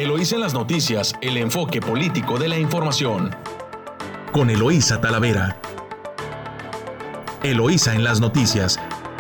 Eloísa en las noticias, el enfoque político de la información. Con Eloísa Talavera. Eloísa en las noticias.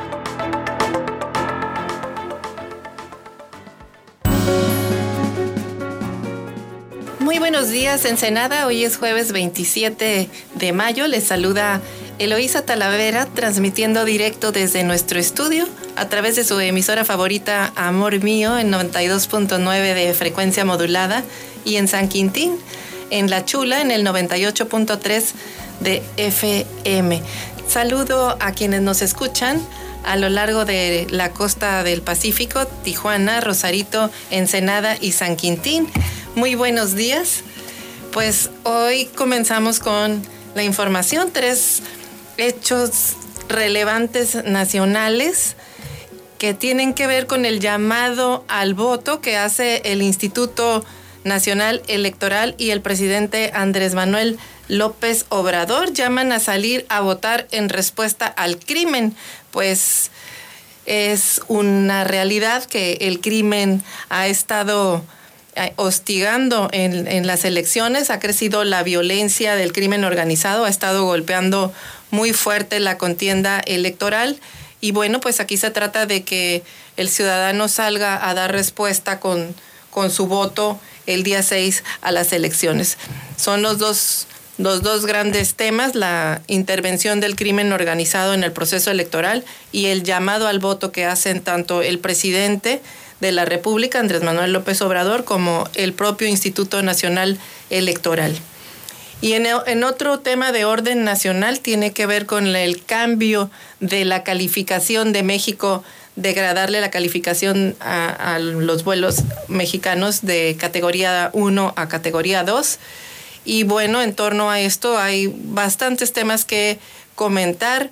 Muy buenos días, Ensenada. Hoy es jueves 27 de mayo. Les saluda Eloísa Talavera, transmitiendo directo desde nuestro estudio a través de su emisora favorita Amor Mío en 92.9 de frecuencia modulada y en San Quintín, en La Chula, en el 98.3 de FM. Saludo a quienes nos escuchan a lo largo de la costa del Pacífico, Tijuana, Rosarito, Ensenada y San Quintín. Muy buenos días. Pues hoy comenzamos con la información, 3 hechos relevantes nacionales que tienen que ver con el llamado al voto que hace el Instituto Nacional Electoral y el presidente Andrés Manuel López Obrador. Llaman a salir a votar en respuesta al crimen, pues es una realidad que el crimen ha estado hostigando en las elecciones, ha crecido la violencia del crimen organizado, ha estado golpeando muy fuerte la contienda electoral y bueno, pues aquí se trata de que el ciudadano salga a dar respuesta con su voto el día 6 a las elecciones. Son los dos grandes temas, la intervención del crimen organizado en el proceso electoral y el llamado al voto que hacen tanto el presidente de la República, Andrés Manuel López Obrador, como el propio Instituto Nacional Electoral. Y en otro tema de orden nacional tiene que ver con el cambio de la calificación de México, degradarle la calificación a los vuelos mexicanos de categoría 1 a categoría 2. Y bueno, en torno a esto hay bastantes temas que comentar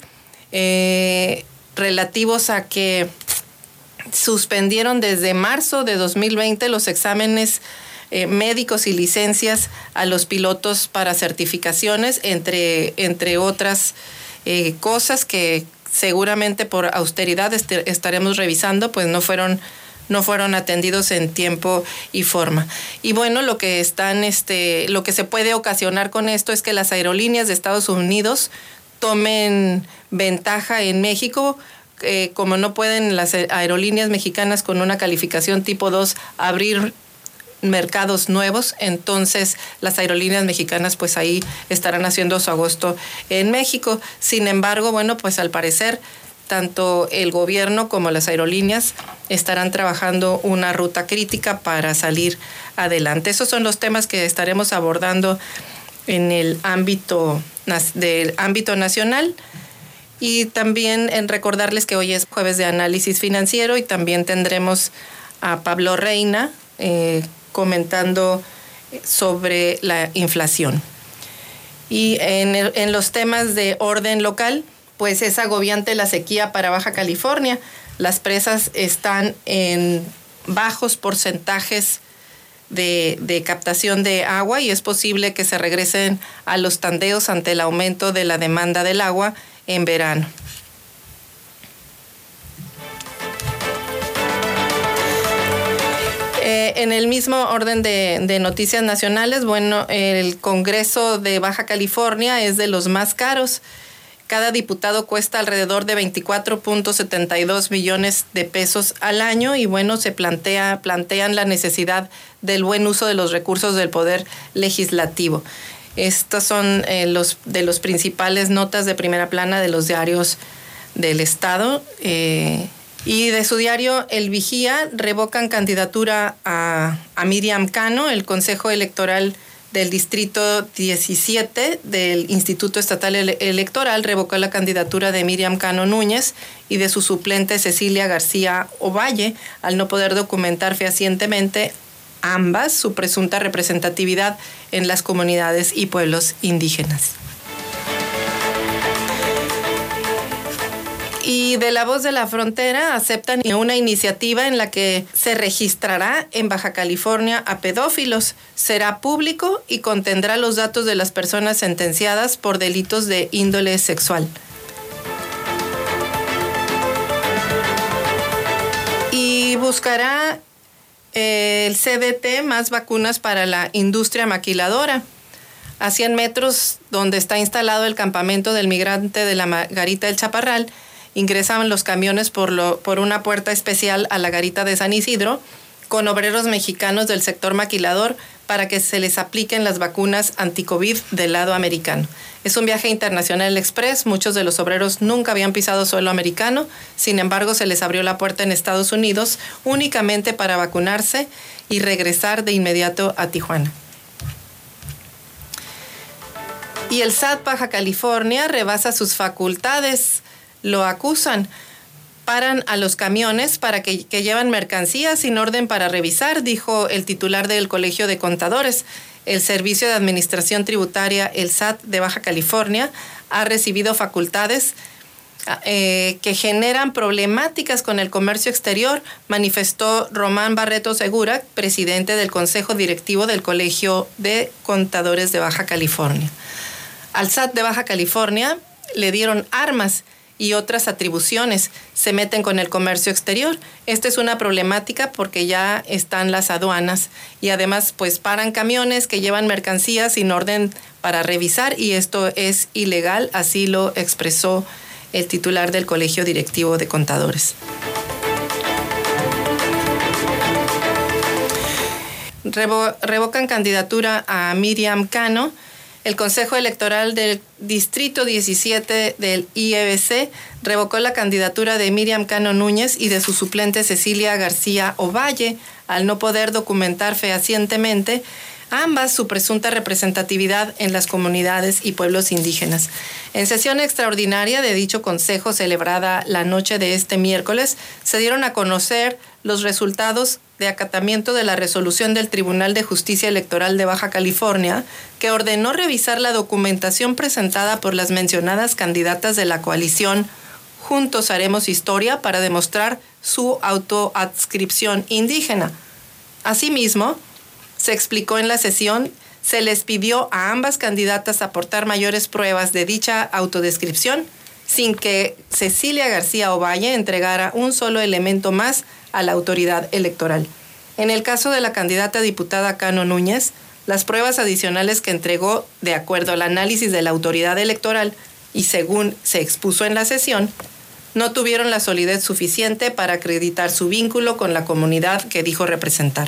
relativos a que suspendieron desde marzo de 2020 los exámenes médicos y licencias a los pilotos para certificaciones, entre otras cosas que seguramente por austeridad estaremos revisando, pues no fueron atendidos en tiempo y forma. Y bueno, lo que se puede ocasionar con esto es que las aerolíneas de Estados Unidos tomen ventaja en México. Como no pueden las aerolíneas mexicanas con una calificación tipo 2 abrir mercados nuevos, entonces las aerolíneas mexicanas pues ahí estarán haciendo su agosto en México. Sin embargo, bueno, pues al parecer tanto el gobierno como las aerolíneas estarán trabajando una ruta crítica para salir adelante. Esos son los temas que estaremos abordando en el ámbito nacional. Y también en recordarles que hoy es jueves de análisis financiero y también tendremos a Pablo Reina comentando sobre la inflación. Y en los temas de orden local, pues es agobiante la sequía para Baja California. Las presas están en bajos porcentajes de captación de agua y es posible que se regresen a los tandeos ante el aumento de la demanda del agua en verano. En el mismo orden de noticias nacionales, bueno, el Congreso de Baja California es de los más caros. Cada diputado cuesta alrededor de 24.72 millones de pesos al año y bueno, se plantean la necesidad del buen uso de los recursos del poder legislativo. Estas son de los principales notas de primera plana de los diarios del Estado. Y de su diario El Vigía revocan candidatura a Miriam Cano. El Consejo Electoral del Distrito 17 del Instituto Estatal Electoral revocó la candidatura de Miriam Cano Núñez y de su suplente Cecilia García Ovalle al no poder documentar fehacientemente ambas su presunta representatividad en las comunidades y pueblos indígenas. Y de La Voz de la Frontera aceptan una iniciativa en la que se registrará en Baja California a pedófilos. Será público y contendrá los datos de las personas sentenciadas por delitos de índole sexual. Y buscará El CDT, más vacunas para la industria maquiladora. A 100 metros donde está instalado el campamento del migrante de la Garita del Chaparral, ingresaban los camiones por una puerta especial a la Garita de San Isidro con obreros mexicanos del sector maquilador para que se les apliquen las vacunas anti-COVID del lado americano. Es un viaje internacional express, muchos de los obreros nunca habían pisado suelo americano, sin embargo se les abrió la puerta en Estados Unidos únicamente para vacunarse y regresar de inmediato a Tijuana. Y el SAT Baja California rebasa sus facultades, lo acusan. Paran a los camiones que llevan mercancías sin orden para revisar, dijo el titular del Colegio de Contadores. El Servicio de Administración Tributaria, el SAT de Baja California, ha recibido facultades que generan problemáticas con el comercio exterior, manifestó Román Barreto Segura, presidente del Consejo Directivo del Colegio de Contadores de Baja California. Al SAT de Baja California le dieron armas y otras atribuciones, se meten con el comercio exterior. Esta es una problemática porque ya están las aduanas y además pues paran camiones que llevan mercancías sin orden para revisar y esto es ilegal, así lo expresó el titular del Colegio Directivo de Contadores. Revocan candidatura a Miriam Cano. El Consejo Electoral del Distrito 17 del IEBC revocó la candidatura de Miriam Cano Núñez y de su suplente Cecilia García Ovalle al no poder documentar fehacientemente ambas su presunta representatividad en las comunidades y pueblos indígenas. En sesión extraordinaria de dicho consejo celebrada la noche de este miércoles, se dieron a conocer los resultados de acatamiento de la resolución del Tribunal de Justicia Electoral de Baja California, que ordenó revisar la documentación presentada por las mencionadas candidatas de la coalición Juntos Haremos Historia para demostrar su autoadscripción indígena. Asimismo, se explicó en la sesión, se les pidió a ambas candidatas aportar mayores pruebas de dicha autodescripción, sin que Cecilia García Ovalle entregara un solo elemento más a la autoridad electoral. En el caso de la candidata diputada Cano Núñez, las pruebas adicionales que entregó, de acuerdo al análisis de la autoridad electoral y según se expuso en la sesión, no tuvieron la solidez suficiente para acreditar su vínculo con la comunidad que dijo representar.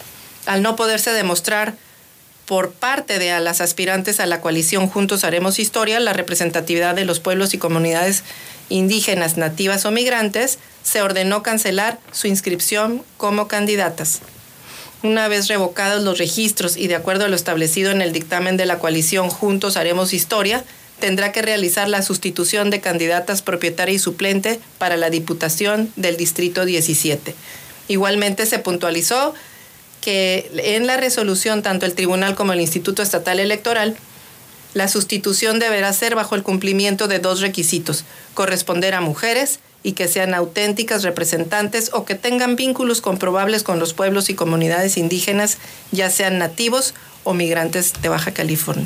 Al no poderse demostrar por parte de las aspirantes a la coalición Juntos Haremos Historia la representatividad de los pueblos y comunidades indígenas, nativas o migrantes, se ordenó cancelar su inscripción como candidatas. Una vez revocados los registros y de acuerdo a lo establecido en el dictamen de la coalición Juntos Haremos Historia, tendrá que realizar la sustitución de candidatas propietaria y suplente para la Diputación del Distrito 17. Igualmente se puntualizó que en la resolución, tanto el Tribunal como el Instituto Estatal Electoral, la sustitución deberá ser bajo el cumplimiento de dos requisitos: corresponder a mujeres y que sean auténticas representantes o que tengan vínculos comprobables con los pueblos y comunidades indígenas, ya sean nativos o migrantes de Baja California.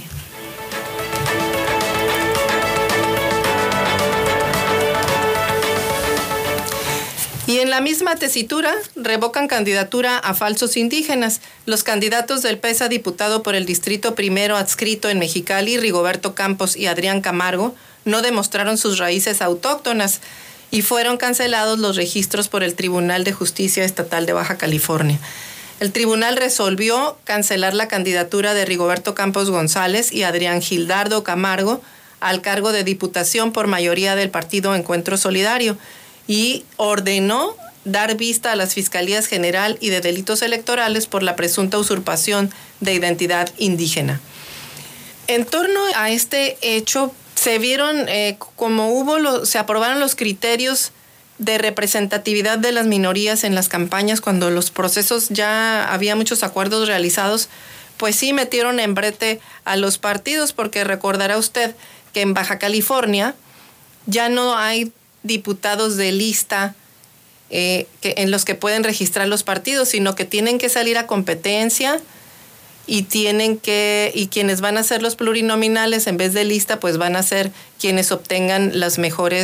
Y en la misma tesitura, revocan candidatura a falsos indígenas. Los candidatos del PES a diputado por el Distrito Primero adscrito en Mexicali, Rigoberto Campos y Adrián Camargo, no demostraron sus raíces autóctonas y fueron cancelados los registros por el Tribunal de Justicia Estatal de Baja California. El tribunal resolvió cancelar la candidatura de Rigoberto Campos González y Adrián Gildardo Camargo al cargo de diputación por mayoría del partido Encuentro Solidario, y ordenó dar vista a las Fiscalías General y de Delitos Electorales por la presunta usurpación de identidad indígena. En torno a este hecho, se vieron se aprobaron los criterios de representatividad de las minorías en las campañas cuando los procesos ya había muchos acuerdos realizados, pues sí metieron en brete a los partidos, porque recordará usted que en Baja California ya no hay diputados de lista en los que pueden registrar los partidos, sino que tienen que salir a competencia y quienes van a ser los plurinominales en vez de lista, pues van a ser quienes obtengan las mejores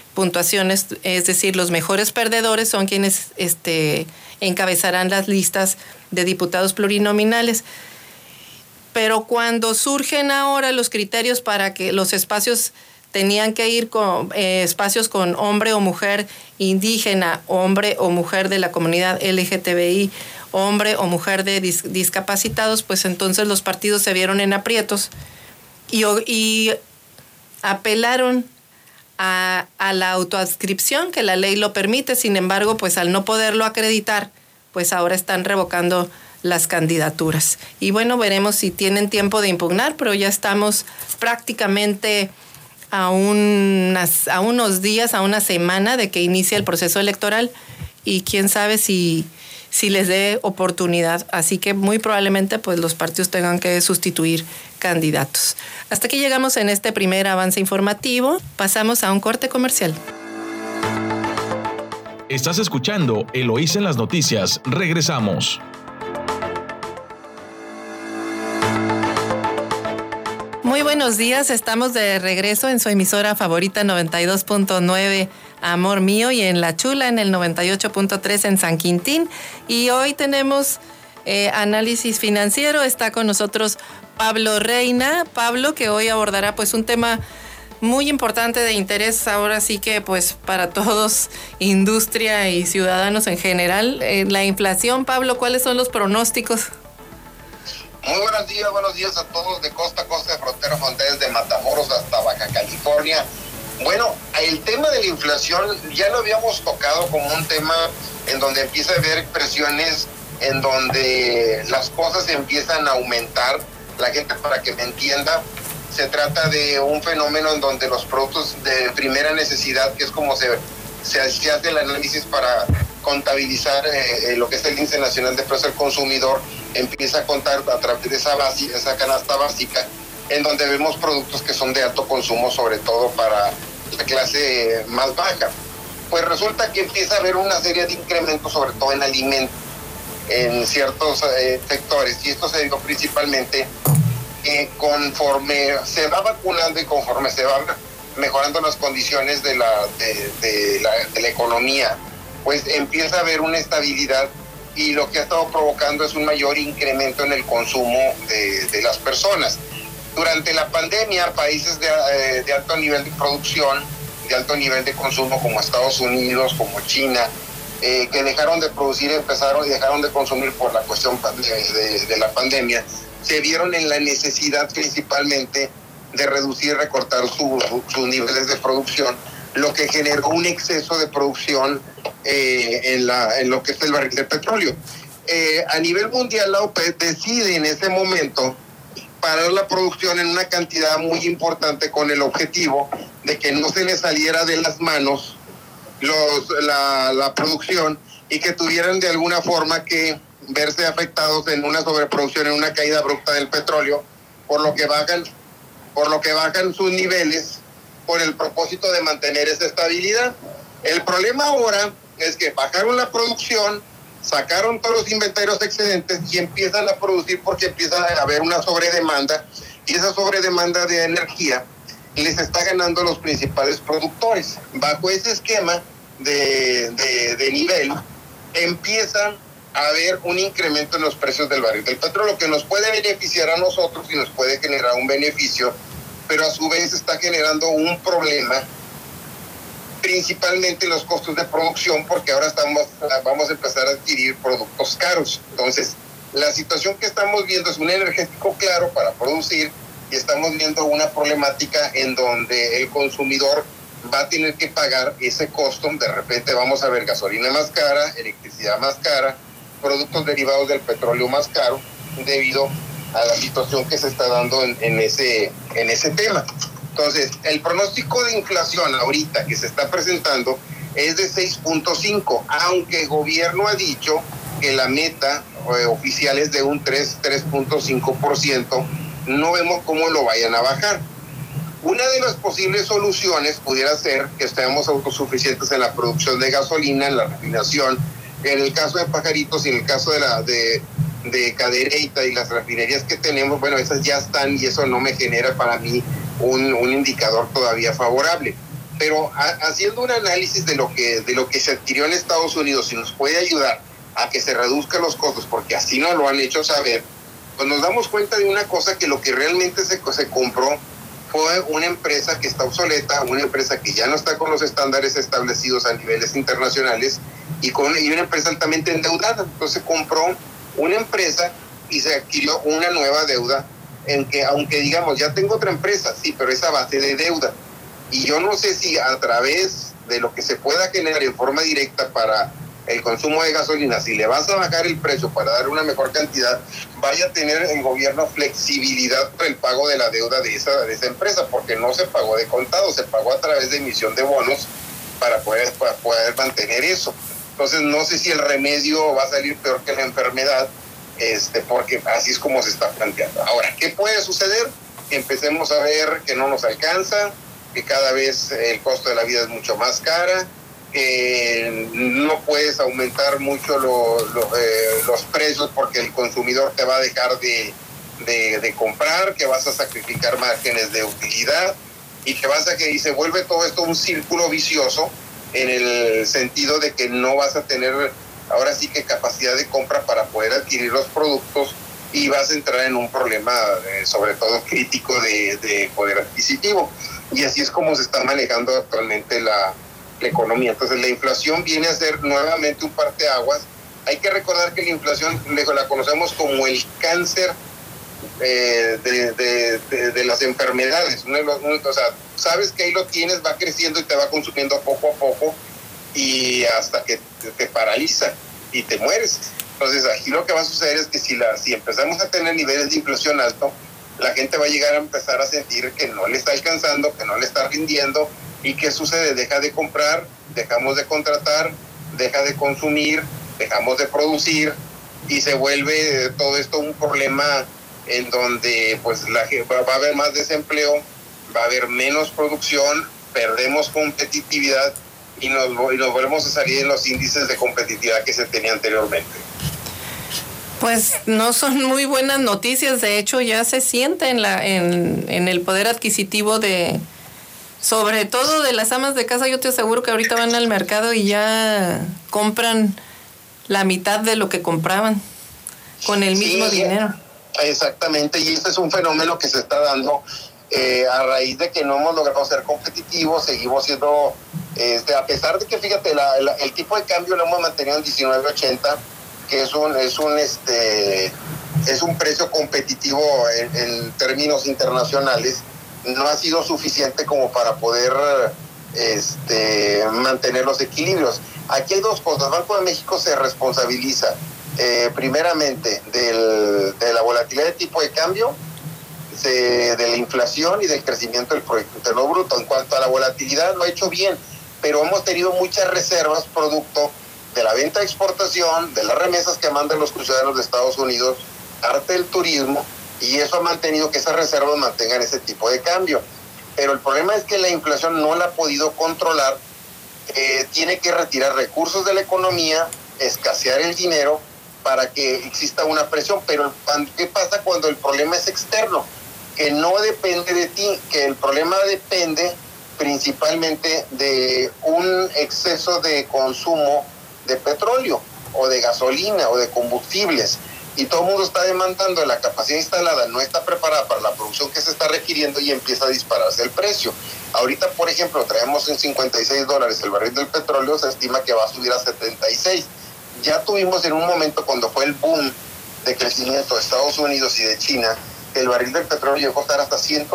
puntuaciones, es decir, los mejores perdedores son quienes encabezarán las listas de diputados plurinominales. Pero cuando surgen ahora los criterios para que los espacios tenían que ir con espacios con hombre o mujer indígena, hombre o mujer de la comunidad LGTBI, hombre o mujer de discapacitados, pues entonces los partidos se vieron en aprietos y apelaron a la autoadscripción, que la ley lo permite. Sin embargo, pues al no poderlo acreditar, pues ahora están revocando las candidaturas. Y bueno, veremos si tienen tiempo de impugnar, pero ya estamos prácticamente a unos días, a una semana de que inicie el proceso electoral, y quién sabe si les dé oportunidad. Así que muy probablemente pues los partidos tengan que sustituir candidatos. Hasta aquí llegamos en este primer avance informativo. Pasamos a un corte comercial. Estás escuchando Eloísa en las noticias. Regresamos. Muy buenos días, estamos de regreso en su emisora favorita 92.9 Amor Mío y en La Chula en el 98.3 en San Quintín. Y hoy tenemos análisis financiero. Está con nosotros Pablo Reina. Pablo, que hoy abordará pues un tema muy importante de interés ahora sí que pues para todos, industria y ciudadanos en general. La inflación. Pablo, ¿cuáles son los pronósticos? Muy buenos días a todos de costa a costa, de frontera a frontera, desde Matamoros hasta Baja California. Bueno, el tema de la inflación ya lo habíamos tocado como un tema en donde empieza a haber presiones, en donde las cosas empiezan a aumentar. La gente, para que me entienda, se trata de un fenómeno en donde los productos de primera necesidad, que es como se hace el análisis para contabilizar lo que es el índice nacional de precios al consumidor, empieza a contar a través de esa canasta básica, en donde vemos productos que son de alto consumo, sobre todo para la clase más baja. Pues resulta que empieza a haber una serie de incrementos, sobre todo en alimentos, en ciertos sectores, y esto se dio principalmente conforme se va vacunando y conforme se va mejorando las condiciones de la economía, pues empieza a haber una estabilidad, y lo que ha estado provocando es un mayor incremento en el consumo de las personas. Durante la pandemia, países de alto nivel de producción, de alto nivel de consumo, como Estados Unidos, como China, que dejaron de producir, y dejaron de consumir por la cuestión de la pandemia, se vieron en la necesidad principalmente de reducir, recortar sus niveles de producción, lo que generó un exceso de producción en lo que es el barril de petróleo. A nivel mundial, la OPEP decide en ese momento parar la producción en una cantidad muy importante, con el objetivo de que no se les saliera de las manos la producción, y que tuvieran de alguna forma que verse afectados en una sobreproducción, en una caída abrupta del petróleo, por lo que bajan sus niveles, con el propósito de mantener esa estabilidad. El problema ahora es que bajaron la producción, sacaron todos los inventarios excedentes y empiezan a producir, porque empieza a haber una sobredemanda, y esa sobredemanda de energía les está ganando a los principales productores. Bajo ese esquema de nivel, empieza a haber un incremento en los precios del barril del petróleo, que nos puede beneficiar a nosotros y nos puede generar un beneficio, pero a su vez está generando un problema, principalmente los costos de producción, porque ahora vamos a empezar a adquirir productos caros. Entonces, la situación que estamos viendo es un energético claro para producir, y estamos viendo una problemática en donde el consumidor va a tener que pagar ese costo. De repente vamos a ver gasolina más cara, electricidad más cara, productos derivados del petróleo más caro, debido a la situación que se está dando en ese tema. Entonces, el pronóstico de inflación ahorita que se está presentando es de 6.5, aunque el gobierno ha dicho que la meta oficial es de un 3.5%, no vemos cómo lo vayan a bajar. Una de las posibles soluciones pudiera ser que estemos autosuficientes en la producción de gasolina, en la refinación. En el caso de Pajaritos y en el caso de Cadereyta y las refinerías que tenemos, bueno, esas ya están, y eso no me genera para mí un indicador todavía favorable. pero haciendo un análisis de lo que se adquirió en Estados Unidos, si nos puede ayudar a que se reduzcan los costos, porque así nos lo han hecho saber, pues nos damos cuenta de una cosa, que lo que realmente se compró fue una empresa que está obsoleta, una empresa que ya no está con los estándares establecidos a niveles internacionales y una empresa altamente endeudada. Entonces compró una empresa y se adquirió una nueva deuda, en que, aunque digamos, ya tengo otra empresa, sí, pero es a base de deuda. Y yo no sé si a través de lo que se pueda generar en forma directa para el consumo de gasolina, si le vas a bajar el precio para dar una mejor cantidad, vaya a tener el gobierno flexibilidad por el pago de la deuda de esa empresa, porque no se pagó de contado, se pagó a través de emisión de bonos para poder mantener eso. Entonces no sé si el remedio va a salir peor que la enfermedad, porque así es como se está planteando. Ahora, ¿qué puede suceder? Que empecemos a ver que no nos alcanza, que cada vez el costo de la vida es mucho más cara, que no puedes aumentar mucho los precios porque el consumidor te va a dejar de comprar, que vas a sacrificar márgenes de utilidad y que se vuelve todo esto un círculo vicioso, en el sentido de que no vas a tener ahora sí que capacidad de compra para poder adquirir los productos y vas a entrar en un problema sobre todo crítico de poder adquisitivo. Y así es como se está manejando actualmente la economía. Entonces la inflación viene a ser nuevamente un parteaguas. Hay que recordar que la inflación la conocemos como el cáncer de las enfermedades. O sea, sabes que ahí lo tienes, va creciendo y te va consumiendo poco a poco y hasta que te paraliza y te mueres. Entonces aquí lo que va a suceder es que si empezamos a tener niveles de inflación alto, la gente va a llegar a empezar a sentir que no le está alcanzando, que no le está rindiendo. ¿Y qué sucede? Deja de comprar, dejamos de contratar, deja de consumir, dejamos de producir y se vuelve todo esto un problema en donde pues va a haber más desempleo, va a haber menos producción, perdemos competitividad y nos volvemos a salir en los índices de competitividad que se tenía anteriormente. Pues no son muy buenas noticias, de hecho ya se siente en el poder adquisitivo sobre todo de las amas de casa. Yo te aseguro que ahorita van al mercado y ya compran la mitad de lo que compraban con el mismo dinero. Exactamente, y este es un fenómeno que se está dando a raíz de que no hemos logrado ser competitivos. Seguimos siendo, a pesar de que fíjate, el tipo de cambio lo hemos mantenido en 19.80, que es un precio competitivo en términos internacionales. No ha sido suficiente como para poder mantener los equilibrios. Aquí hay dos cosas. Banco de México se responsabiliza primeramente de la volatilidad de tipo de cambio, de la inflación y del crecimiento del Producto Interno Bruto. En cuanto a la volatilidad, lo ha hecho bien, pero hemos tenido muchas reservas producto de la venta de exportación, de las remesas que mandan los ciudadanos de Estados Unidos, parte del turismo, y eso ha mantenido que esas reservas mantengan ese tipo de cambio. Pero el problema es que la inflación no la ha podido controlar, tiene que retirar recursos de la economía, escasear el dinero para que exista una presión. Pero ¿qué pasa cuando el problema es externo? Que no depende de ti, que el problema depende principalmente de un exceso de consumo de petróleo o de gasolina o de combustibles, y todo el mundo está demandando, la capacidad instalada no está preparada para la producción que se está requiriendo y empieza a dispararse el precio. Ahorita, por ejemplo, traemos en $56 el barril del petróleo, se estima que va a subir a 76. Ya tuvimos en un momento, cuando fue el boom de crecimiento de Estados Unidos y de China, el barril del petróleo llegó a costar hasta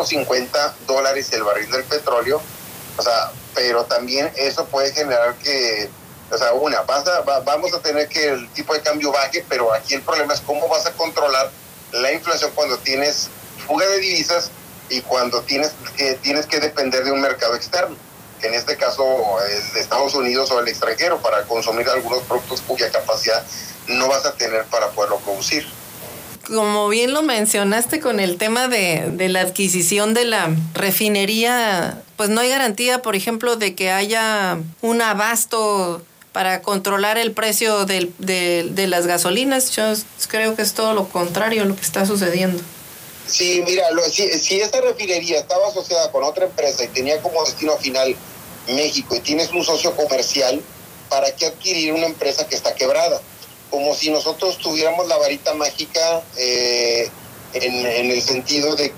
$150 el barril del petróleo. O sea, pero también eso puede generar que, o sea, vamos a tener que el tipo de cambio baje, pero aquí el problema es cómo vas a controlar la inflación cuando tienes fuga de divisas y cuando tienes que depender de un mercado externo, que en este caso es de Estados Unidos o el extranjero, para consumir algunos productos cuya capacidad no vas a tener para poderlo producir. Como bien lo mencionaste con el tema de la adquisición de la refinería, pues no hay garantía, por ejemplo, de que haya un abasto para controlar el precio de las gasolinas. Yo creo que es todo lo contrario lo que está sucediendo. Sí, mira, si esta refinería estaba asociada con otra empresa y tenía como destino final México y tienes un socio comercial, ¿para qué adquirir una empresa que está quebrada? Como si nosotros tuviéramos la varita mágica en el sentido de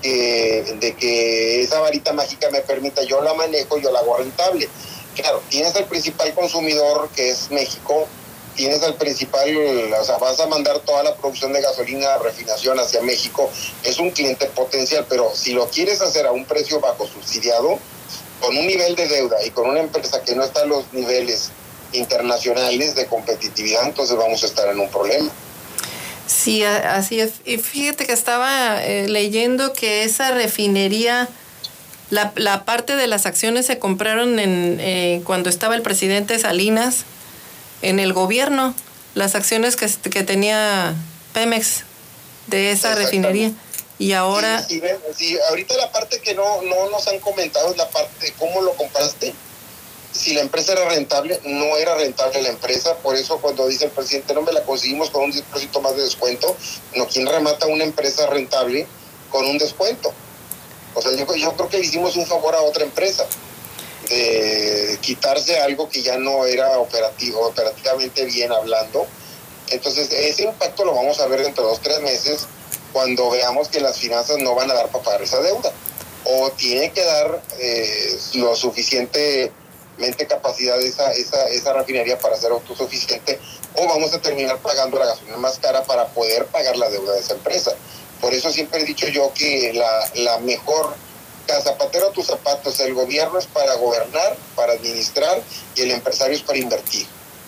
que esa varita mágica me permita, yo la manejo, yo la hago rentable. Claro, tienes al principal consumidor, que es México, tienes al principal, o sea, vas a mandar toda la producción de gasolina, refinación hacia México, es un cliente potencial, pero si lo quieres hacer a un precio bajo subsidiado, con un nivel de deuda y con una empresa que no está a los niveles internacionales de competitividad, entonces vamos a estar en un problema. Sí, así es. Y fíjate que estaba leyendo que esa refinería, la parte de las acciones se compraron cuando estaba el presidente Salinas en el gobierno, las acciones que tenía Pemex de esa refinería. Y ahora... Sí, ahorita la parte que no nos han comentado es la parte de cómo lo compraste. Si la empresa era rentable, no era rentable la empresa, por eso cuando dice el presidente, no me la conseguimos con un 10% más de descuento, no, ¿quién remata una empresa rentable con un descuento? O sea, yo creo que le hicimos un favor a otra empresa, de quitarse algo que ya no era operativamente bien hablando. Entonces, ese impacto lo vamos a ver dentro de 2-3 meses, cuando veamos que las finanzas no van a dar para pagar esa deuda, o tiene que dar lo suficientemente capacidad esa refinería para ser autosuficiente, o vamos a terminar pagando la gasolina más cara para poder pagar la deuda de esa empresa. Por eso siempre he dicho yo que la mejor zapatero a tus zapatos, el gobierno es para gobernar, para administrar, y el empresario es para invertir.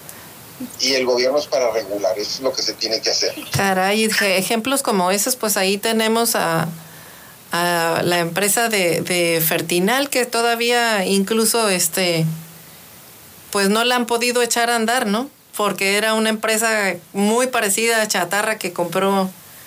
Y el gobierno es para regular, eso es lo que se tiene que hacer. Caray, ejemplos como esos, pues ahí tenemos a la empresa de Fertinal, que todavía incluso pues no la han podido echar a andar, ¿no? Porque era una empresa muy parecida a Chatarra que compró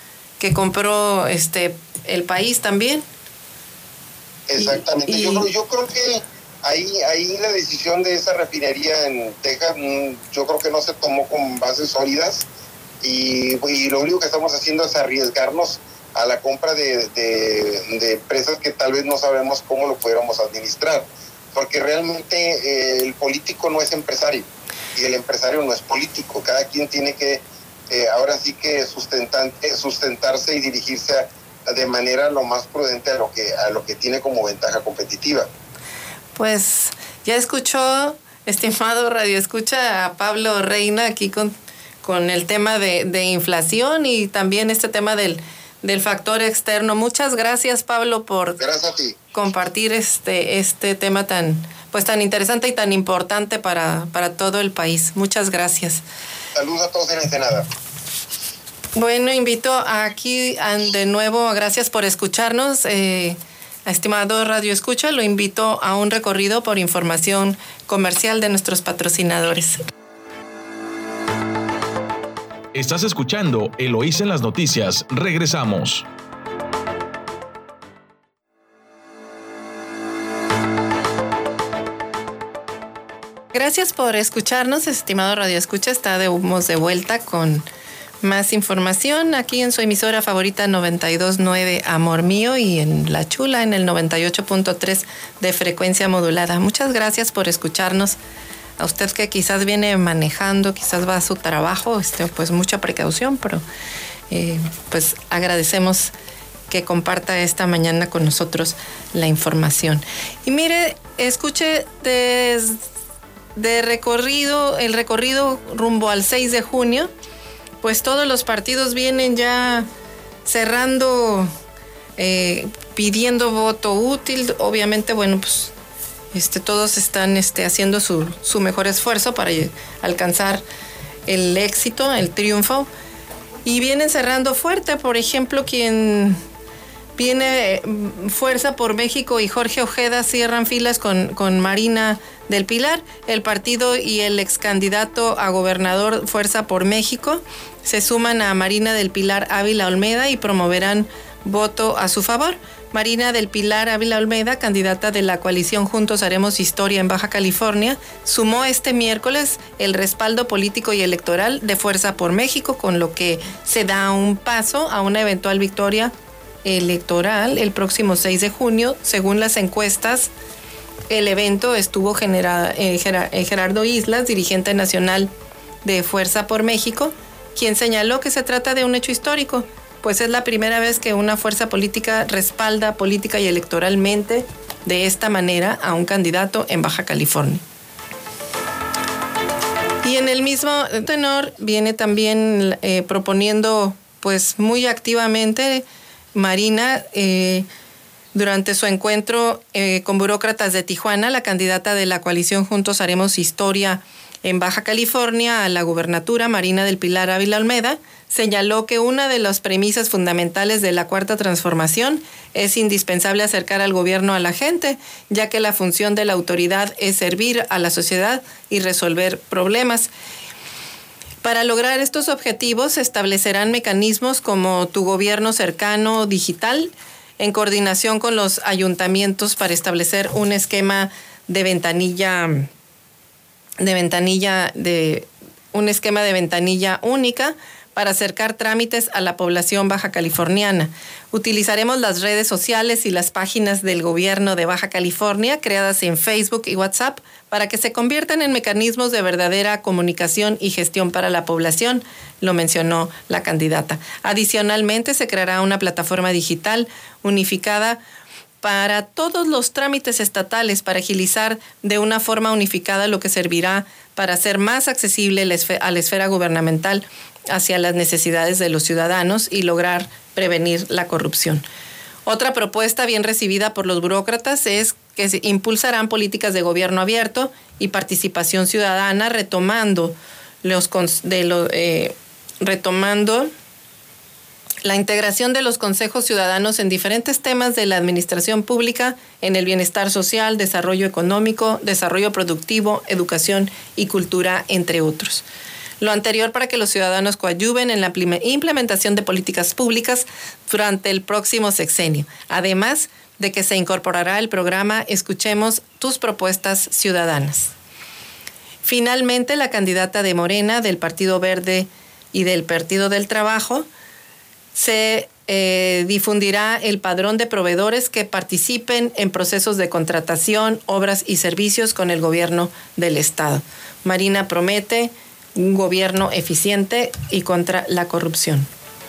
el país también. Exactamente. Yo creo que ahí la decisión de esa refinería en Texas, yo creo que no se tomó con bases sólidas, y lo único que estamos haciendo es arriesgarnos a la compra de empresas que tal vez no sabemos cómo lo pudiéramos administrar, porque realmente el político no es empresario y el empresario no es político. Cada quien tiene que ahora sí que sustentarse y dirigirse de manera lo más prudente a lo que tiene como ventaja competitiva. Pues ya escuchó, estimado Radio Escucha, a Pablo Reina aquí con el tema de inflación y también este tema del factor externo. Muchas gracias, Pablo, por gracias a ti. Compartir este tema tan interesante y tan importante para todo el país. Muchas gracias. Saludos a todos en Ensenada. Bueno, invito aquí de nuevo, gracias por escucharnos. Estimado Radio Escucha, lo invito a un recorrido por información comercial de nuestros patrocinadores. Estás escuchando Eloísa en las noticias. Regresamos. Gracias por escucharnos, estimado Radio Escucha. Estamos de vuelta con más información aquí en su emisora favorita 92.9 Amor Mío y en La Chula en el 98.3 de frecuencia modulada. Muchas gracias por escucharnos. A usted que quizás viene manejando, quizás va a su trabajo, pues mucha precaución, pero pues agradecemos que comparta esta mañana con nosotros la información. Y mire, escuche el recorrido rumbo al 6 de junio, pues todos los partidos vienen ya cerrando, pidiendo voto útil. Obviamente, bueno, pues todos están haciendo su mejor esfuerzo para alcanzar el éxito, el triunfo, y vienen cerrando fuerte. Por ejemplo, quien viene Fuerza por México y Jorge Ojeda cierran filas con Marina del Pilar. El partido y el ex candidato a gobernador Fuerza por México se suman a Marina del Pilar Ávila Olmeda y promoverán voto a su favor. Marina del Pilar Ávila Olmeda, candidata de la coalición Juntos Haremos Historia en Baja California, sumó este miércoles el respaldo político y electoral de Fuerza por México, con lo que se da un paso a una eventual victoria electoral el próximo 6 de junio, según las encuestas el evento estuvo Gerardo Islas, dirigente nacional de Fuerza por México, quien señaló que se trata de un hecho histórico, pues es la primera vez que una fuerza política respalda política y electoralmente de esta manera a un candidato en Baja California. Y en el mismo tenor viene también proponiendo pues muy activamente Marina, durante su encuentro con burócratas de Tijuana, la candidata de la coalición Juntos Haremos Historia en Baja California a la gubernatura, Marina del Pilar Ávila Olmeda, señaló que una de las premisas fundamentales de la Cuarta Transformación es indispensable acercar al gobierno a la gente, ya que la función de la autoridad es servir a la sociedad y resolver problemas. Para lograr estos objetivos se establecerán mecanismos como Tu Gobierno Cercano Digital, en coordinación con los ayuntamientos para establecer un esquema de ventanilla única para acercar trámites a la población baja californiana. Utilizaremos las redes sociales y las páginas del gobierno de Baja California creadas en Facebook y WhatsApp para que se conviertan en mecanismos de verdadera comunicación y gestión para la población, lo mencionó la candidata. Adicionalmente, se creará una plataforma digital unificada para todos los trámites estatales para agilizar de una forma unificada, lo que servirá para hacer más accesible a la esfera gubernamental hacia las necesidades de los ciudadanos y lograr prevenir la corrupción. Otra propuesta bien recibida por los burócratas es que se impulsarán políticas de gobierno abierto y participación ciudadana, retomando la integración de los consejos ciudadanos en diferentes temas de la administración pública, en el bienestar social, desarrollo económico, desarrollo productivo, educación y cultura, entre otros. Lo anterior para que los ciudadanos coadyuven en la implementación de políticas públicas durante el próximo sexenio, además de que se incorporará el programa Escuchemos tus propuestas ciudadanas. Finalmente, la candidata de Morena, del Partido Verde y del Partido del Trabajo, se difundirá el padrón de proveedores que participen en procesos de contratación, obras y servicios con el gobierno del Estado. Marina promete un gobierno eficiente y contra la corrupción.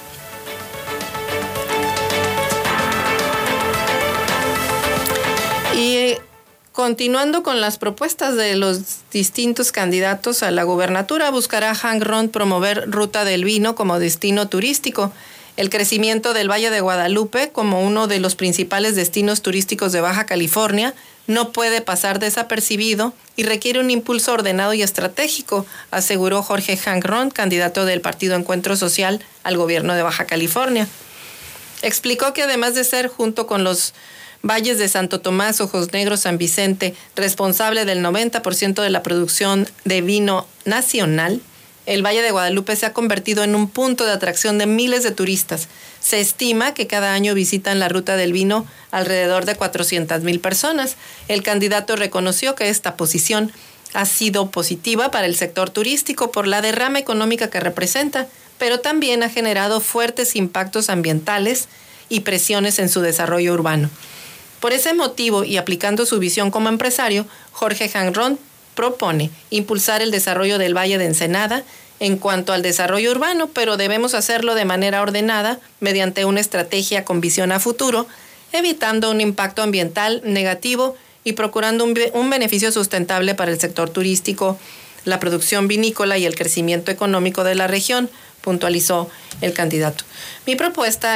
Y continuando con las propuestas de los distintos candidatos a la gubernatura, buscará Hank Ron promover Ruta del Vino como destino turístico. El crecimiento del Valle de Guadalupe como uno de los principales destinos turísticos de Baja California no puede pasar desapercibido y requiere un impulso ordenado y estratégico, aseguró Jorge Hank Ron, candidato del Partido Encuentro Social al gobierno de Baja California. Explicó que además de ser, junto con los valles de Santo Tomás, Ojos Negros, San Vicente, responsable del 90% de la producción de vino nacional, el Valle de Guadalupe se ha convertido en un punto de atracción de miles de turistas. Se estima que cada año visitan la Ruta del Vino alrededor de 400,000 personas. El candidato reconoció que esta posición ha sido positiva para el sector turístico por la derrama económica que representa, pero también ha generado fuertes impactos ambientales y presiones en su desarrollo urbano. Por ese motivo, y aplicando su visión como empresario, Jorge Hank Ron propone impulsar el desarrollo del Valle de Ensenada en cuanto al desarrollo urbano, pero debemos hacerlo de manera ordenada mediante una estrategia con visión a futuro, evitando un impacto ambiental negativo y procurando un beneficio sustentable para el sector turístico, la producción vinícola y el crecimiento económico de la región, puntualizó el candidato. Mi propuesta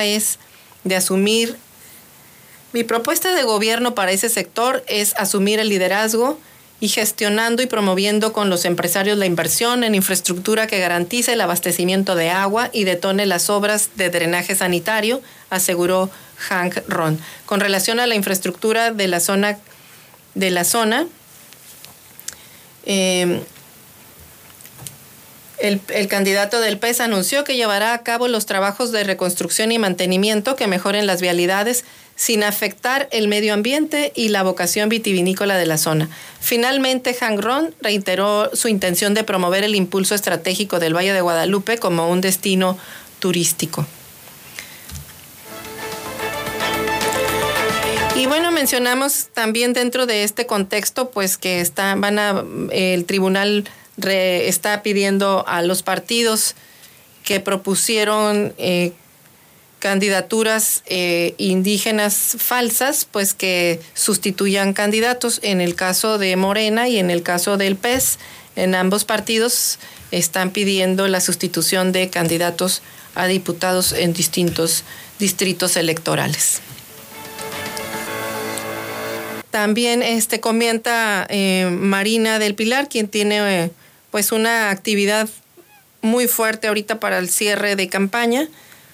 de gobierno para ese sector es asumir el liderazgo y gestionando y promoviendo con los empresarios la inversión en infraestructura que garantice el abastecimiento de agua y detone las obras de drenaje sanitario, aseguró Hank Ron. Con relación a la infraestructura de la zona, el candidato del PES anunció que llevará a cabo los trabajos de reconstrucción y mantenimiento que mejoren las vialidades sin afectar el medio ambiente y la vocación vitivinícola de la zona. Finalmente, Hank Ron reiteró su intención de promover el impulso estratégico del Valle de Guadalupe como un destino turístico. Y bueno, mencionamos también dentro de este contexto, pues que el tribunal está pidiendo a los partidos que propusieron candidaturas indígenas falsas, pues que sustituyan candidatos. En el caso de Morena y en el caso del PES, en ambos partidos están pidiendo la sustitución de candidatos a diputados en distintos distritos electorales. También comenta Marina del Pilar, quien tiene pues una actividad muy fuerte ahorita para el cierre de campaña.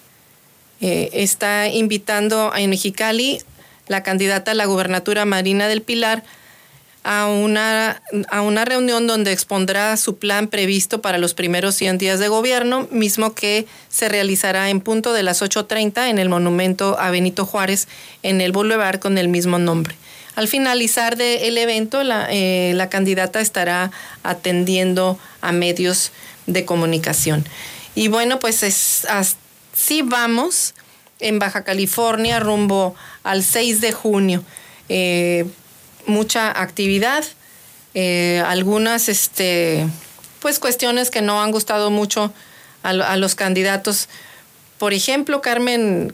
Está invitando en Mexicali la candidata a la gubernatura Marina del Pilar a una reunión donde expondrá su plan previsto para los primeros 100 días de gobierno, mismo que se realizará en punto de las 8:30 en el monumento a Benito Juárez en el Boulevard con el mismo nombre. Al finalizar el evento, la candidata estará atendiendo a medios de comunicación. Y bueno, pues así vamos en Baja California rumbo al 6 de junio. Mucha actividad, algunas pues cuestiones que no han gustado mucho a los candidatos. Por ejemplo, Carmen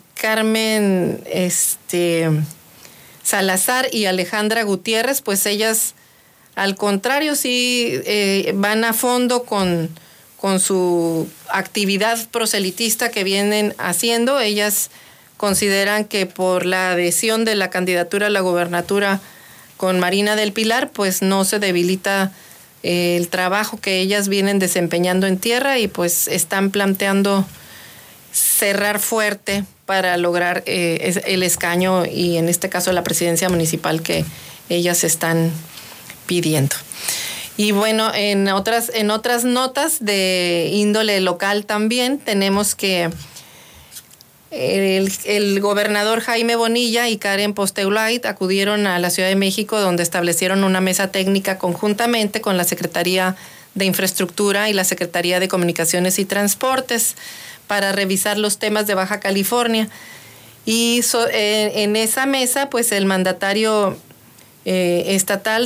Salazar y Alejandra Gutiérrez, pues ellas al contrario sí van a fondo con su actividad proselitista que vienen haciendo. Ellas consideran que por la adhesión de la candidatura a la gubernatura con Marina del Pilar, pues no se debilita el trabajo que ellas vienen desempeñando en tierra y pues están planteando cerrar fuerte para lograr el escaño y en este caso la presidencia municipal que ellas están pidiendo. Y bueno, en otras notas de índole local también tenemos que el gobernador Jaime Bonilla y Karen Posteulait acudieron a la Ciudad de México, donde establecieron una mesa técnica conjuntamente con la Secretaría de Infraestructura y la Secretaría de Comunicaciones y Transportes para revisar los temas de Baja California. Y en esa mesa, pues el mandatario estatal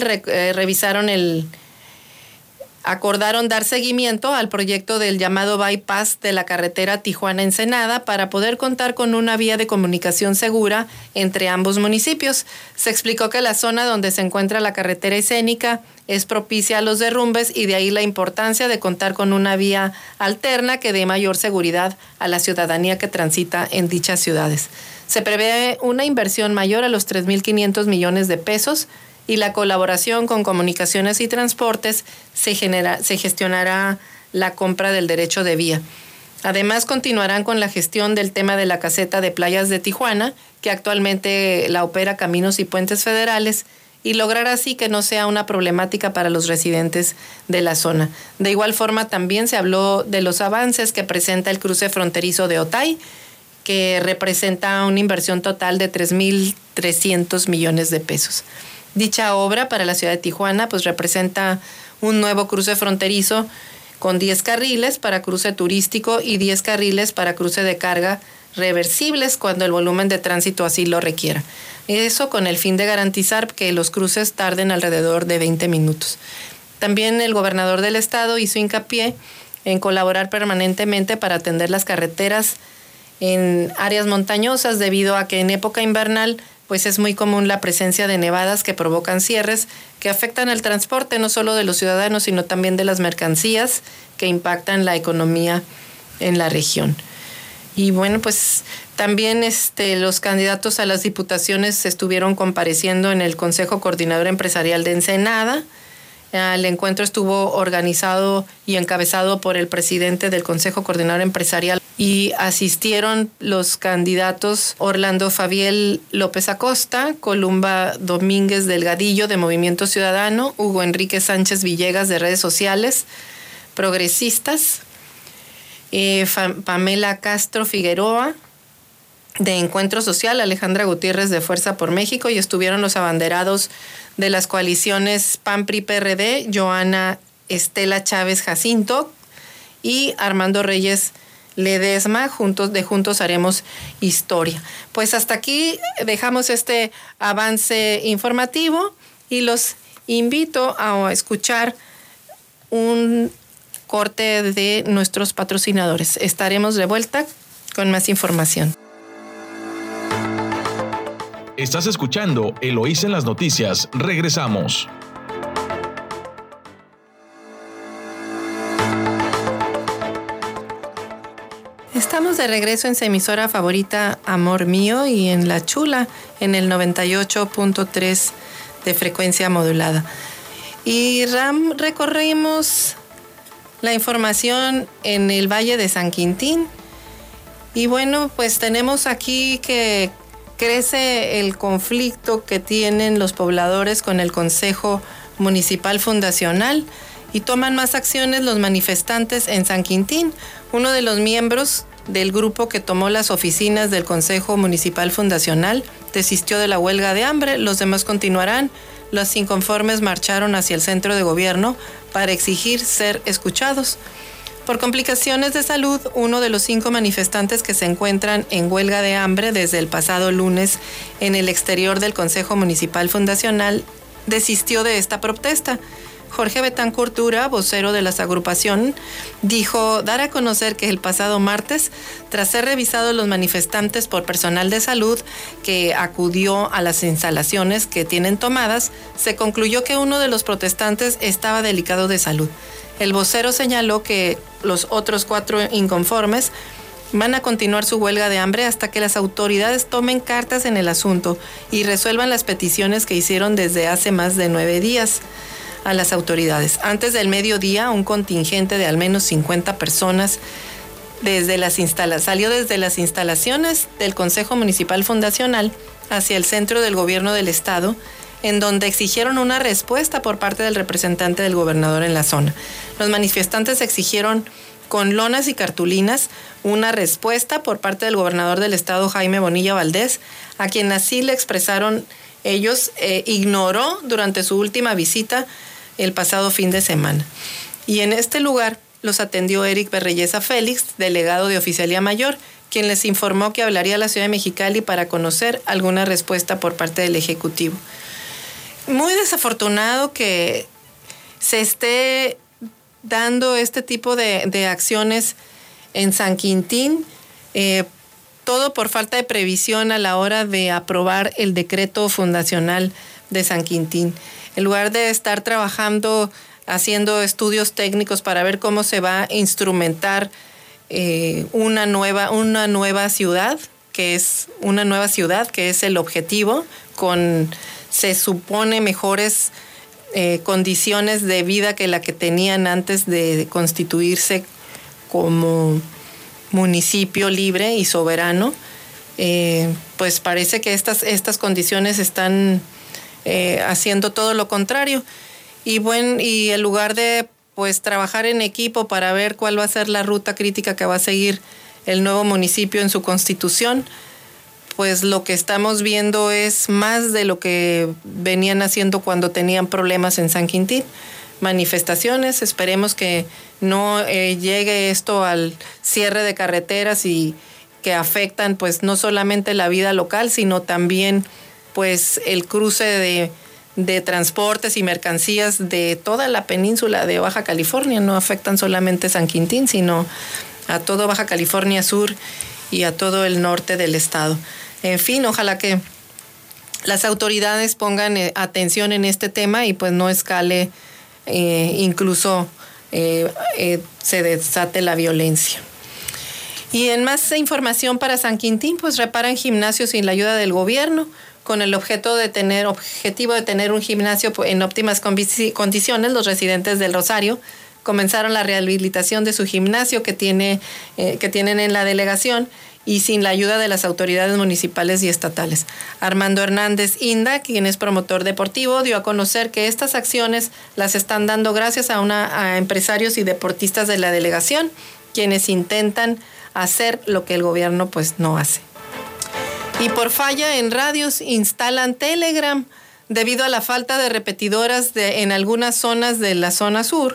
acordaron dar seguimiento al proyecto del llamado bypass de la carretera Tijuana-Ensenada para poder contar con una vía de comunicación segura entre ambos municipios. Se explicó que la zona donde se encuentra la carretera escénica es propicia a los derrumbes y de ahí la importancia de contar con una vía alterna que dé mayor seguridad a la ciudadanía que transita en dichas ciudades. Se prevé una inversión mayor a los 3.500 millones de pesos y la colaboración con Comunicaciones y Transportes se gestionará la compra del derecho de vía. Además, continuarán con la gestión del tema de la caseta de playas de Tijuana, que actualmente la opera Caminos y Puentes Federales, y lograr así que no sea una problemática para los residentes de la zona. De igual forma, también se habló de los avances que presenta el cruce fronterizo de Otay, que representa una inversión total de 3.300 millones de pesos. Dicha obra para la ciudad de Tijuana pues representa un nuevo cruce fronterizo con 10 carriles para cruce turístico y 10 carriles para cruce de carga reversibles cuando el volumen de tránsito así lo requiera. Eso con el fin de garantizar que los cruces tarden alrededor de 20 minutos. También el gobernador del estado hizo hincapié en colaborar permanentemente para atender las carreteras en áreas montañosas debido a que en época invernal pues es muy común la presencia de nevadas que provocan cierres que afectan al transporte no solo de los ciudadanos, sino también de las mercancías que impactan la economía en la región. Y bueno, pues también los candidatos a las diputaciones estuvieron compareciendo en el Consejo Coordinador Empresarial de Ensenada. El encuentro estuvo organizado y encabezado por el presidente del Consejo Coordinador Empresarial y asistieron los candidatos Orlando Fabiel López Acosta, Columba Domínguez Delgadillo de Movimiento Ciudadano, Hugo Enrique Sánchez Villegas de Redes Sociales Progresistas, Pamela Castro Figueroa de Encuentro Social, Alejandra Gutiérrez de Fuerza por México, y estuvieron los abanderados de las coaliciones PAN-PRI-PRD, Joana Estela Chávez Jacinto y Armando Reyes Ledesma, Juntos Haremos Historia. Pues hasta aquí dejamos este avance informativo y los invito a escuchar un corte de nuestros patrocinadores. Estaremos de vuelta con más información. Estás escuchando Eloísa en las noticias. Regresamos. Estamos de regreso en su emisora favorita Amor Mío y en La Chula en el 98.3 de frecuencia modulada. Y recorrimos la información en el Valle de San Quintín. Y bueno, pues tenemos aquí que crece el conflicto que tienen los pobladores con el Consejo Municipal Fundacional y toman más acciones los manifestantes en San Quintín. Uno de los miembros del grupo que tomó las oficinas del Consejo Municipal Fundacional desistió de la huelga de hambre. Los demás continuarán. Los inconformes marcharon hacia el centro de gobierno para exigir ser escuchados. Por complicaciones de salud, uno de los 5 manifestantes que se encuentran en huelga de hambre desde el pasado lunes en el exterior del Consejo Municipal Fundacional desistió de esta protesta. Jorge Betancourt Ura, vocero de la agrupación, dijo dar a conocer que el pasado martes, tras ser revisados los manifestantes por personal de salud que acudió a las instalaciones que tienen tomadas, se concluyó que uno de los protestantes estaba delicado de salud. El vocero señaló que los otros 4 inconformes van a continuar su huelga de hambre hasta que las autoridades tomen cartas en el asunto y resuelvan las peticiones que hicieron desde hace más de 9 días a las autoridades. Antes del mediodía, un contingente de al menos 50 personas salió desde las instalaciones del Consejo Municipal Fundacional hacia el centro del gobierno del estado, en donde exigieron una respuesta por parte del representante del gobernador en la zona. Los manifestantes exigieron con lonas y cartulinas una respuesta por parte del gobernador del estado, Jaime Bonilla Valdés, a quien así le expresaron ellos, ignoró durante su última visita el pasado fin de semana. Y en este lugar los atendió Eric Berreyesa Félix, delegado de Oficialía Mayor, quien les informó que hablaría a la ciudad de Mexicali para conocer alguna respuesta por parte del Ejecutivo. Muy desafortunado que se esté dando este tipo de acciones en San Quintín, todo por falta de previsión a la hora de aprobar el decreto fundacional de San Quintín. En lugar de estar trabajando, haciendo estudios técnicos para ver cómo se va a instrumentar una nueva ciudad, que es el objetivo, con se supone mejores condiciones de vida que la que tenían antes de constituirse como municipio libre y soberano. Pues parece que estas condiciones están haciendo todo lo contrario. Y en lugar de pues trabajar en equipo para ver cuál va a ser la ruta crítica que va a seguir el nuevo municipio en su constitución, pues lo que estamos viendo es más de lo que venían haciendo cuando tenían problemas en San Quintín. Manifestaciones, esperemos que no llegue esto al cierre de carreteras y que afectan pues no solamente la vida local, sino también pues el cruce de transportes y mercancías de toda la península de Baja California. No afectan solamente San Quintín, sino a todo Baja California Sur y a todo el norte del estado. En fin, ojalá que las autoridades pongan atención en este tema y pues no escale, incluso se desate la violencia. Y en más información para San Quintín, pues reparan gimnasios sin la ayuda del gobierno, con el objetivo de tener un gimnasio en óptimas condiciones. Los residentes del Rosario comenzaron la rehabilitación de su gimnasio que tienen en la delegación y sin la ayuda de las autoridades municipales y estatales. Armando Hernández Inda, quien es promotor deportivo, dio a conocer que estas acciones las están dando gracias a empresarios y deportistas de la delegación, quienes intentan hacer lo que el gobierno pues no hace. Y por falla en radios instalan Telegram. Debido a la falta de repetidoras en algunas zonas de la zona sur,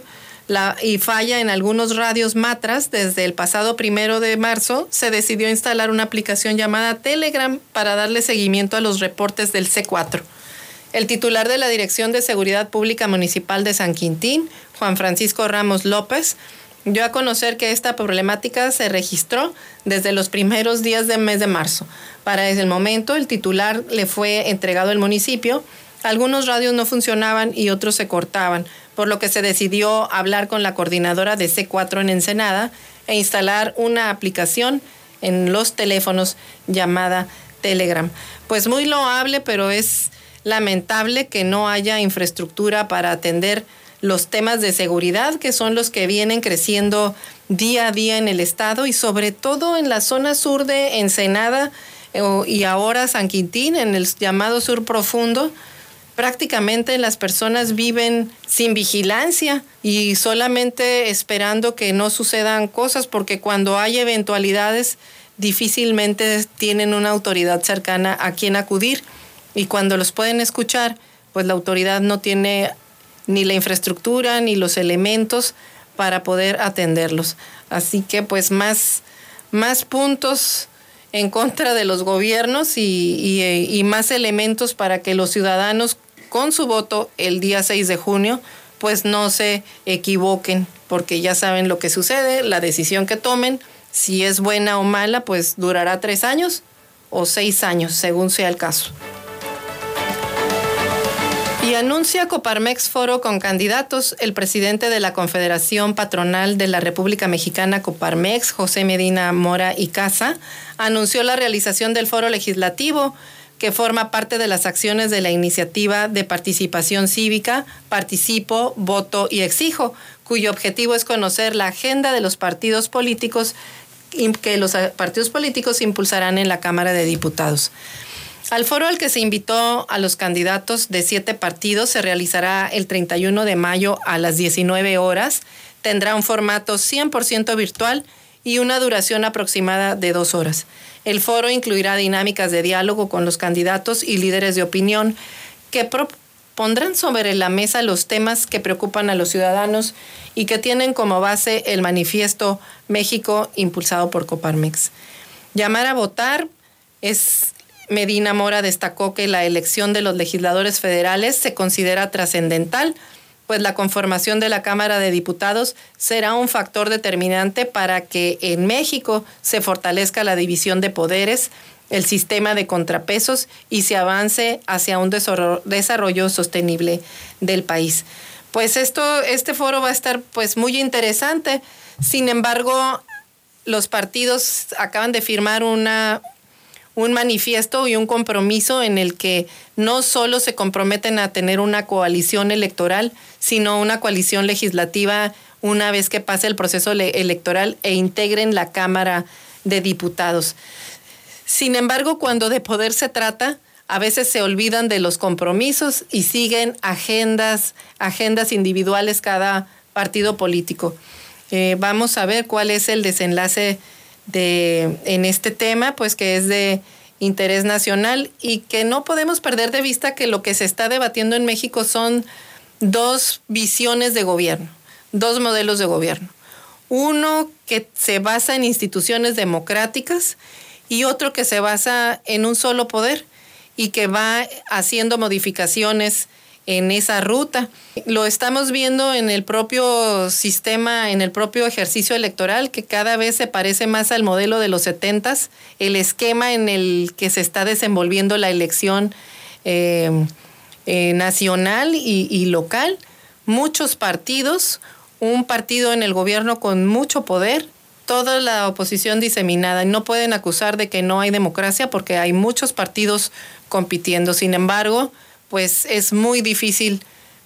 y falla en algunos radios matras, desde el pasado 1 de marzo se decidió instalar una aplicación llamada Telegram para darle seguimiento a los reportes del C4. El titular de la Dirección de Seguridad Pública Municipal de San Quintín, Juan Francisco Ramos López, dio a conocer que esta problemática se registró desde los primeros días del mes de marzo. Para ese momento, el titular le fue entregado al municipio. Algunos radios no funcionaban y otros se cortaban, por lo que se decidió hablar con la coordinadora de C4 en Ensenada e instalar una aplicación en los teléfonos llamada Telegram. Pues muy loable, pero es lamentable que no haya infraestructura para atender los temas de seguridad, que son los que vienen creciendo día a día en el estado y sobre todo en la zona sur de Ensenada y ahora San Quintín, en el llamado sur profundo. Prácticamente las personas viven sin vigilancia y solamente esperando que no sucedan cosas, porque cuando hay eventualidades difícilmente tienen una autoridad cercana a quien acudir, y cuando los pueden escuchar, pues la autoridad no tiene ni la infraestructura ni los elementos para poder atenderlos. Así que pues más puntos en contra de los gobiernos y más elementos para que los ciudadanos con su voto el día 6 de junio pues no se equivoquen, porque ya saben lo que sucede, la decisión que tomen, si es buena o mala, pues durará 3 años o 6 años, según sea el caso. Y anuncia Coparmex foro con candidatos. El presidente de la Confederación Patronal de la República Mexicana, Coparmex, José Medina Mora y Casa, anunció la realización del foro legislativo que forma parte de las acciones de la iniciativa de participación cívica Participo, Voto y Exijo, cuyo objetivo es conocer la agenda de los partidos políticos que los partidos políticos impulsarán en la Cámara de Diputados. Al foro al que se invitó a los candidatos de 7 partidos se realizará el 31 de mayo a las 19 horas. Tendrá un formato 100% virtual y una duración aproximada de 2 horas. El foro incluirá dinámicas de diálogo con los candidatos y líderes de opinión que pondrán sobre la mesa los temas que preocupan a los ciudadanos y que tienen como base el manifiesto México impulsado por Coparmex. Llamar a votar Medina Mora destacó que la elección de los legisladores federales se considera trascendental, pues la conformación de la Cámara de Diputados será un factor determinante para que en México se fortalezca la división de poderes, el sistema de contrapesos y se avance hacia un desarrollo sostenible del país. Pues este foro va a estar pues muy interesante. Sin embargo, los partidos acaban de firmar un manifiesto y un compromiso en el que no solo se comprometen a tener una coalición electoral, sino una coalición legislativa una vez que pase el proceso electoral e integren la Cámara de Diputados. Sin embargo, cuando de poder se trata, a veces se olvidan de los compromisos y siguen agendas individuales cada partido político. Vamos a ver cuál es el desenlace en este tema, pues que es de interés nacional y que no podemos perder de vista que lo que se está debatiendo en México son 2 visiones de gobierno, 2 modelos de gobierno. Uno que se basa en instituciones democráticas y otro que se basa en un solo poder y que va haciendo modificaciones en esa ruta. Lo estamos viendo en el propio sistema, en el propio ejercicio electoral, que cada vez se parece más al modelo de los 70s, el esquema en el que se está desenvolviendo la elección nacional y local. Muchos partidos, un partido en el gobierno con mucho poder, toda la oposición diseminada. No pueden acusar de que no hay democracia porque hay muchos partidos compitiendo. Sin embargo, pues es muy difícil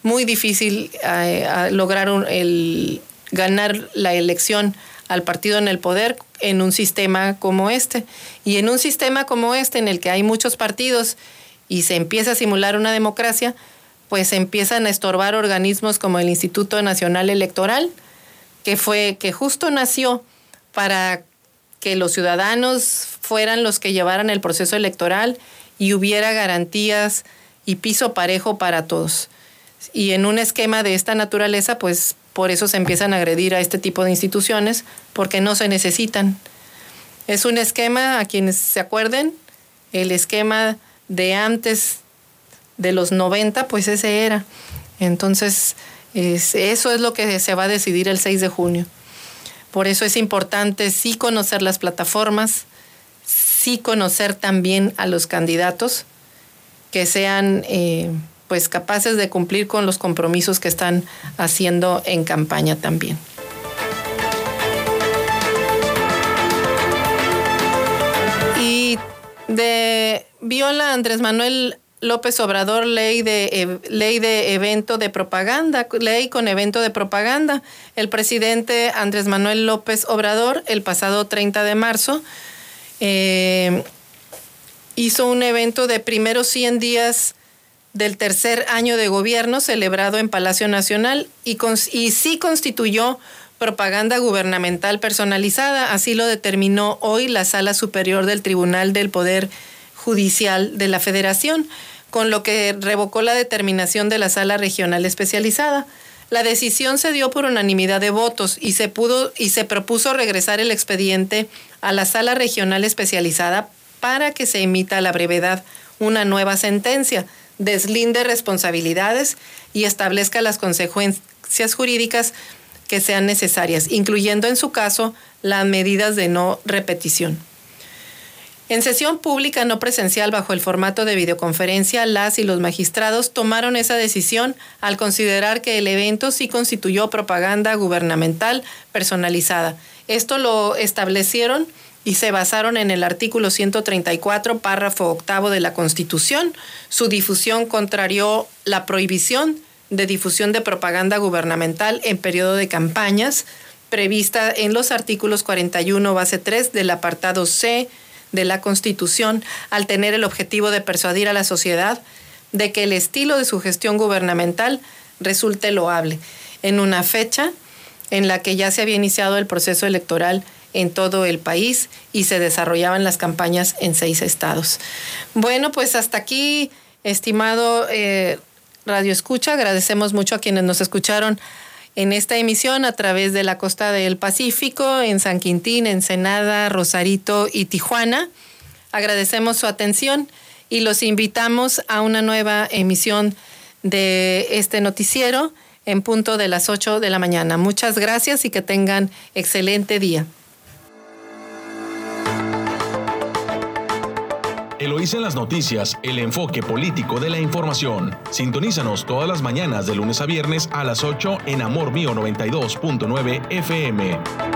lograr ganar la elección al partido en el poder en un sistema como este. Y en un sistema como este, en el que hay muchos partidos y se empieza a simular una democracia, pues empiezan a estorbar organismos como el Instituto Nacional Electoral, que justo nació para que los ciudadanos fueran los que llevaran el proceso electoral y hubiera garantías y piso parejo para todos. Y en un esquema de esta naturaleza, pues por eso se empiezan a agredir a este tipo de instituciones, porque no se necesitan. Es un esquema, a quienes se acuerden, el esquema de antes de los 90, pues ese era. Entonces, eso es lo que se va a decidir el 6 de junio. Por eso es importante sí conocer las plataformas, sí conocer también a los candidatos, que sean pues capaces de cumplir con los compromisos que están haciendo en campaña también. Y viola Andrés Manuel López Obrador ley con evento de propaganda. El presidente Andrés Manuel López Obrador, el pasado 30 de marzo, hizo un evento de primeros 100 días del tercer año de gobierno celebrado en Palacio Nacional y sí constituyó propaganda gubernamental personalizada. Así lo determinó hoy la Sala Superior del Tribunal del Poder Judicial de la Federación, con lo que revocó la determinación de la Sala Regional Especializada. La decisión se dio por unanimidad de votos y se propuso regresar el expediente a la Sala Regional Especializada para que se emita a la brevedad una nueva sentencia, deslinde responsabilidades y establezca las consecuencias jurídicas que sean necesarias, incluyendo en su caso las medidas de no repetición. En sesión pública no presencial bajo el formato de videoconferencia, las y los magistrados tomaron esa decisión al considerar que el evento sí constituyó propaganda gubernamental personalizada. Esto lo establecieron y se basaron en el artículo 134, párrafo octavo de la Constitución. Su difusión contrarió la prohibición de difusión de propaganda gubernamental en periodo de campañas, prevista en los artículos 41, base 3 del apartado C de la Constitución, al tener el objetivo de persuadir a la sociedad de que el estilo de su gestión gubernamental resulte loable, en una fecha en la que ya se había iniciado el proceso electoral en todo el país y se desarrollaban las campañas en 6 estados. Bueno, pues hasta aquí, estimado Radio Escucha, agradecemos mucho a quienes nos escucharon en esta emisión a través de la costa del Pacífico, en San Quintín, Ensenada, Rosarito y Tijuana. Agradecemos su atención y los invitamos a una nueva emisión de este noticiero en punto de las 8 de la mañana. Muchas gracias y que tengan excelente día. Eloísa en las noticias, el enfoque político de la información. Sintonízanos todas las mañanas de lunes a viernes a las 8 en Amor Mío 92.9 FM.